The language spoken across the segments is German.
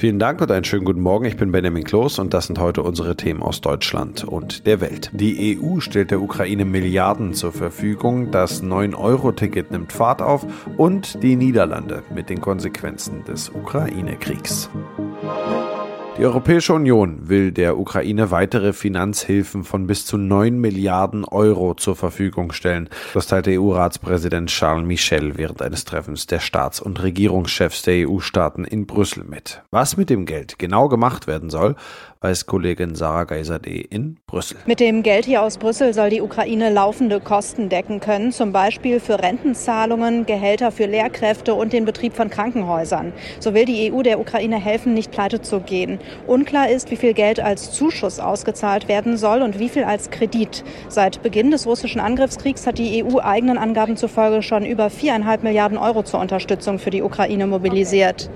Vielen Dank und einen schönen guten Morgen. Ich bin Benjamin Kloß und das sind heute unsere Themen aus Deutschland und der Welt. Die EU stellt der Ukraine Milliarden zur Verfügung, das 9-Euro-Ticket nimmt Fahrt auf und die Niederlande mit den Konsequenzen des Ukraine-Kriegs. Die Europäische Union will der Ukraine weitere Finanzhilfen von bis zu 9 Milliarden Euro zur Verfügung stellen. Das teilte EU-Ratspräsident Charles Michel während eines Treffens der Staats- und Regierungschefs der EU-Staaten in Brüssel mit. Was mit dem Geld genau gemacht werden soll, weiß Kollegin Sarah Geiserde in Brüssel. Mit dem Geld hier aus Brüssel soll die Ukraine laufende Kosten decken können, zum Beispiel für Rentenzahlungen, Gehälter für Lehrkräfte und den Betrieb von Krankenhäusern. So will die EU der Ukraine helfen, nicht pleite zu gehen. Unklar ist, wie viel Geld als Zuschuss ausgezahlt werden soll und wie viel als Kredit. Seit Beginn des russischen Angriffskriegs hat die EU eigenen Angaben zufolge schon über 4,5 Milliarden Euro zur Unterstützung für die Ukraine mobilisiert.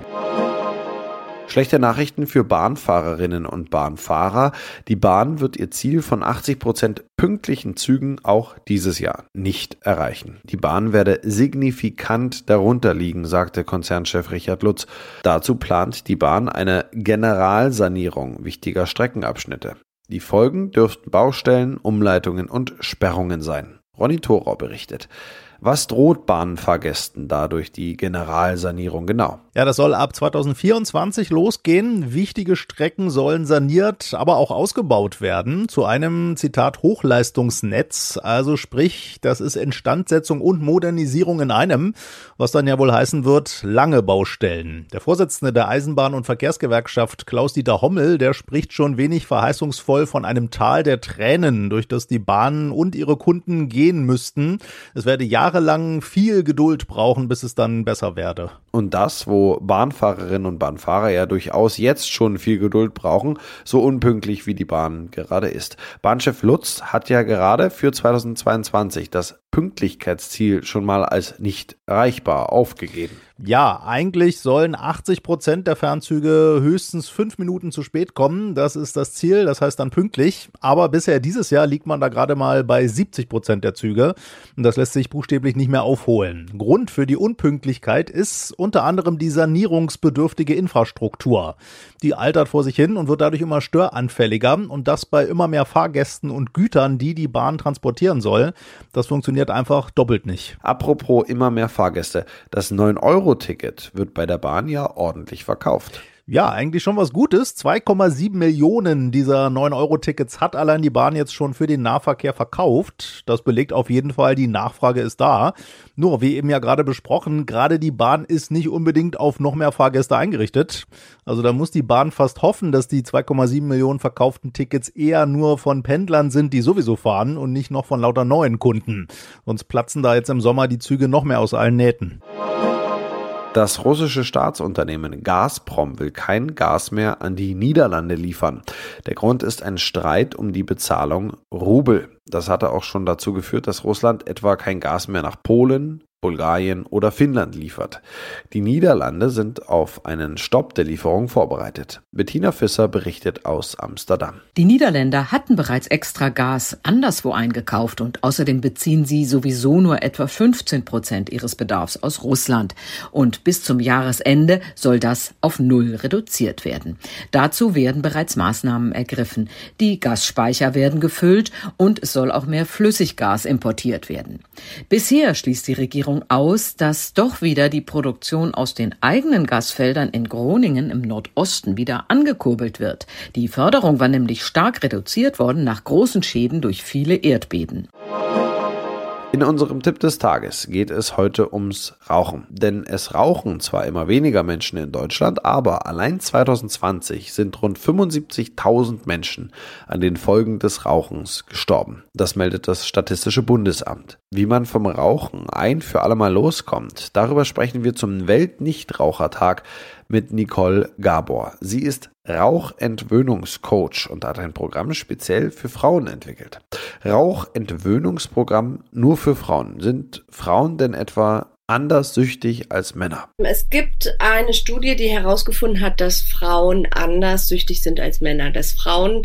Schlechte Nachrichten für Bahnfahrerinnen und Bahnfahrer. Die Bahn wird ihr Ziel von 80% pünktlichen Zügen auch dieses Jahr nicht erreichen. Die Bahn werde signifikant darunter liegen, sagte Konzernchef Richard Lutz. Dazu plant die Bahn eine Generalsanierung wichtiger Streckenabschnitte. Die Folgen dürften Baustellen, Umleitungen und Sperrungen sein. Ronny Thorau berichtet. Was droht Bahnfahrgästen dadurch die Generalsanierung genau? Ja, das soll ab 2024 losgehen. Wichtige Strecken sollen saniert, aber auch ausgebaut werden zu einem, Zitat, Hochleistungsnetz. Also sprich, das ist Instandsetzung und Modernisierung in einem, was dann ja wohl heißen wird, lange Baustellen. Der Vorsitzende der Eisenbahn- und Verkehrsgewerkschaft Klaus-Dieter Hommel, der spricht schon wenig verheißungsvoll von einem Tal der Tränen, durch das die Bahnen und ihre Kunden gehen müssten. Es werde jahrelang viel Geduld brauchen, bis es dann besser werde. Und das, wo Bahnfahrerinnen und Bahnfahrer ja durchaus jetzt schon viel Geduld brauchen, so unpünktlich wie die Bahn gerade ist. Bahnchef Lutz hat ja gerade für 2022 das Pünktlichkeitsziel schon mal als nicht erreichbar aufgegeben. Ja, eigentlich sollen 80% der Fernzüge höchstens 5 Minuten zu spät kommen. Das ist das Ziel, das heißt dann pünktlich. Aber bisher dieses Jahr liegt man da gerade mal bei 70% der Züge. Und das lässt sich buchstäblich nicht mehr aufholen. Grund für die Unpünktlichkeit ist unter anderem die sanierungsbedürftige Infrastruktur. Die altert vor sich hin und wird dadurch immer störanfälliger. Und das bei immer mehr Fahrgästen und Gütern, die Bahn transportieren soll. Das funktioniert einfach doppelt nicht. Apropos immer mehr Fahrgäste. Das 9-Euro-Ticket wird bei der Bahn ja ordentlich verkauft. Ja, eigentlich schon was Gutes. 2,7 Millionen dieser 9-Euro-Tickets hat allein die Bahn jetzt schon für den Nahverkehr verkauft. Das belegt auf jeden Fall, die Nachfrage ist da. Nur, wie eben ja gerade besprochen, gerade die Bahn ist nicht unbedingt auf noch mehr Fahrgäste eingerichtet. Also da muss die Bahn fast hoffen, dass die 2,7 Millionen verkauften Tickets eher nur von Pendlern sind, die sowieso fahren und nicht noch von lauter neuen Kunden. Sonst platzen da jetzt im Sommer die Züge noch mehr aus allen Nähten. Das russische Staatsunternehmen Gazprom will kein Gas mehr an die Niederlande liefern. Der Grund ist ein Streit um die Bezahlung Rubel. Das hatte auch schon dazu geführt, dass Russland etwa kein Gas mehr nach Polen, Bulgarien oder Finnland liefert. Die Niederlande sind auf einen Stopp der Lieferung vorbereitet. Bettina Visser berichtet aus Amsterdam. Die Niederländer hatten bereits extra Gas anderswo eingekauft und außerdem beziehen sie sowieso nur etwa 15% ihres Bedarfs aus Russland. Und bis zum Jahresende soll das auf 0 reduziert werden. Dazu werden bereits Maßnahmen ergriffen. Die Gasspeicher werden gefüllt und es soll auch mehr Flüssiggas importiert werden. Bisher schließt die Regierung aus, dass doch wieder die Produktion aus den eigenen Gasfeldern in Groningen im Nordosten wieder angekurbelt wird. Die Förderung war nämlich stark reduziert worden nach großen Schäden durch viele Erdbeben. In unserem Tipp des Tages geht es heute ums Rauchen. Denn es rauchen zwar immer weniger Menschen in Deutschland, aber allein 2020 sind rund 75.000 Menschen an den Folgen des Rauchens gestorben. Das meldet das Statistische Bundesamt. Wie man vom Rauchen ein für alle Mal loskommt, darüber sprechen wir zum Weltnichtrauchertag mit Nicole Gabor. Sie ist Rauchentwöhnungscoach und hat ein Programm speziell für Frauen entwickelt. Rauchentwöhnungsprogramm nur für Frauen. Sind Frauen denn etwa anders süchtig als Männer? Es gibt eine Studie, die herausgefunden hat, dass Frauen anders süchtig sind als Männer. Dass Frauen,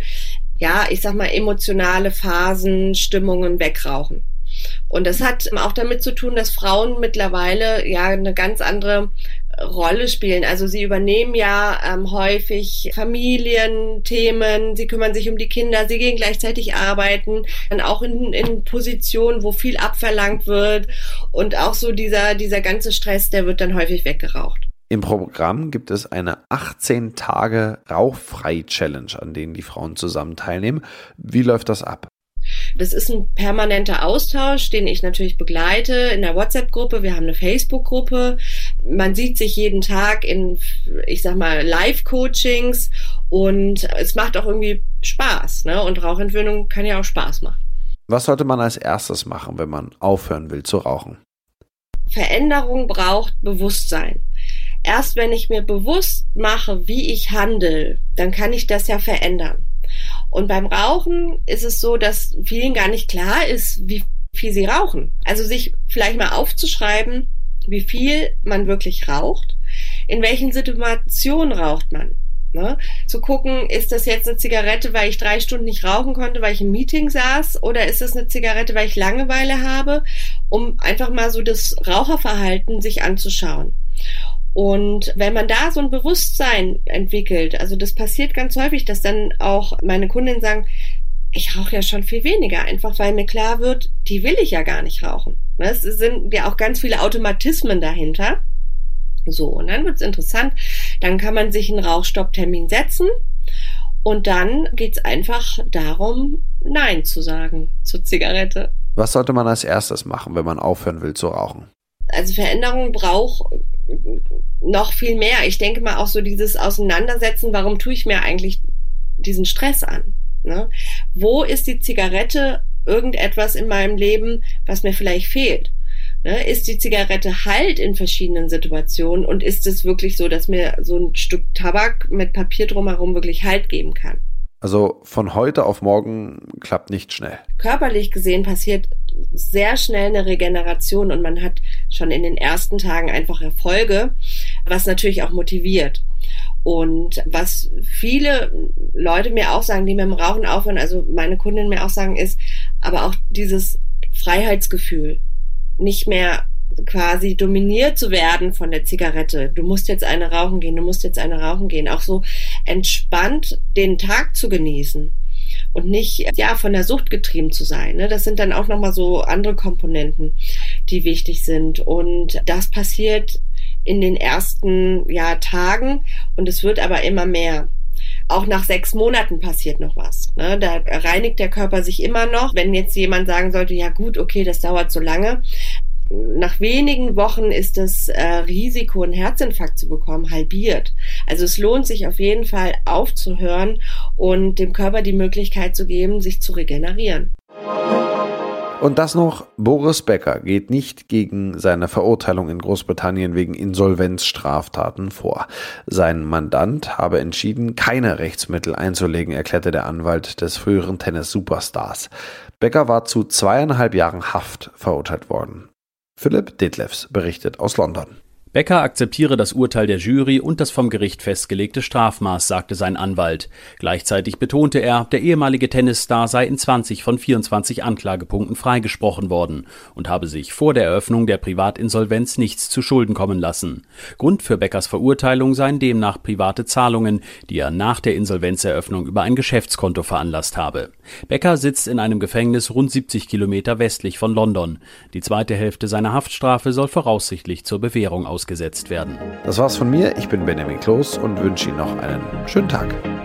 emotionale Phasen, Stimmungen wegrauchen. Und das hat auch damit zu tun, dass Frauen mittlerweile eine ganz andere Rolle spielen. Also sie übernehmen ja häufig Familienthemen, sie kümmern sich um die Kinder, sie gehen gleichzeitig arbeiten, dann auch in Positionen, wo viel abverlangt wird und auch so dieser ganze Stress, der wird dann häufig weggeraucht. Im Programm gibt es eine 18-Tage-Rauchfrei-Challenge, an denen die Frauen zusammen teilnehmen. Wie läuft das ab? Das ist ein permanenter Austausch, den ich natürlich begleite in der WhatsApp-Gruppe. Wir haben eine Facebook-Gruppe. Man sieht sich jeden Tag in, ich sag mal, Live-Coachings und es macht auch irgendwie Spaß, ne? Und Rauchentwöhnung kann ja auch Spaß machen. Was sollte man als erstes machen, wenn man aufhören will zu rauchen? Veränderung braucht Bewusstsein. Erst wenn ich mir bewusst mache, wie ich handle, dann kann ich das ja verändern. Und beim Rauchen ist es so, dass vielen gar nicht klar ist, wie viel sie rauchen. Also sich vielleicht mal aufzuschreiben, wie viel man wirklich raucht, in welchen Situationen raucht man. Ne? Zu gucken, ist das jetzt eine Zigarette, weil ich 3 Stunden nicht rauchen konnte, weil ich im Meeting saß, oder ist das eine Zigarette, weil ich Langeweile habe, um einfach mal so das Raucherverhalten sich anzuschauen. Und wenn man da so ein Bewusstsein entwickelt, also das passiert ganz häufig, dass dann auch meine Kundinnen sagen, ich rauche ja schon viel weniger, einfach weil mir klar wird, die will ich ja gar nicht rauchen. Es sind ja auch ganz viele Automatismen dahinter. So, und dann wird es interessant, dann kann man sich einen Rauchstopptermin setzen und dann geht es einfach darum, Nein zu sagen zur Zigarette. Was sollte man als erstes machen, wenn man aufhören will zu rauchen? Also Veränderung braucht noch viel mehr. Ich denke mal auch so dieses Auseinandersetzen, warum tue ich mir eigentlich diesen Stress an? Ne? Wo ist die Zigarette irgendetwas in meinem Leben, was mir vielleicht fehlt? Ne? Ist die Zigarette Halt in verschiedenen Situationen und ist es wirklich so, dass mir so ein Stück Tabak mit Papier drumherum wirklich Halt geben kann? Also von heute auf morgen klappt nicht schnell. Körperlich gesehen passiert sehr schnell eine Regeneration und man hat schon in den ersten Tagen einfach Erfolge, was natürlich auch motiviert. Und was viele Leute mir auch sagen, die mit dem Rauchen aufhören, also meine Kundinnen mir auch sagen, ist aber auch dieses Freiheitsgefühl, nicht mehr quasi dominiert zu werden von der Zigarette. Du musst jetzt eine rauchen gehen, du musst jetzt eine rauchen gehen. Auch so entspannt den Tag zu genießen und nicht von der Sucht getrieben zu sein. Das sind dann auch nochmal so andere Komponenten, die wichtig sind. Und das passiert in den ersten Tagen und es wird aber immer mehr. Auch nach 6 Monaten passiert noch was. Da reinigt der Körper sich immer noch. Wenn jetzt jemand sagen sollte, ja gut, okay, das dauert so lange. Nach wenigen Wochen ist das Risiko, einen Herzinfarkt zu bekommen, halbiert. Also es lohnt sich auf jeden Fall aufzuhören und dem Körper die Möglichkeit zu geben, sich zu regenerieren. Und das noch, Boris Becker geht nicht gegen seine Verurteilung in Großbritannien wegen Insolvenzstraftaten vor. Sein Mandant habe entschieden, keine Rechtsmittel einzulegen, erklärte der Anwalt des früheren Tennis-Superstars. Becker war zu 2,5 Jahren Haft verurteilt worden. Philipp Detlefs berichtet aus London. Becker akzeptiere das Urteil der Jury und das vom Gericht festgelegte Strafmaß, sagte sein Anwalt. Gleichzeitig betonte er, der ehemalige Tennisstar sei in 20 von 24 Anklagepunkten freigesprochen worden und habe sich vor der Eröffnung der Privatinsolvenz nichts zu Schulden kommen lassen. Grund für Beckers Verurteilung seien demnach private Zahlungen, die er nach der Insolvenzeröffnung über ein Geschäftskonto veranlasst habe. Becker sitzt in einem Gefängnis rund 70 Kilometer westlich von London. Die zweite Hälfte seiner Haftstrafe soll voraussichtlich zur Bewährung ausgesetzt werden. Das war's von mir. Ich bin Benjamin Kloß und wünsche Ihnen noch einen schönen Tag.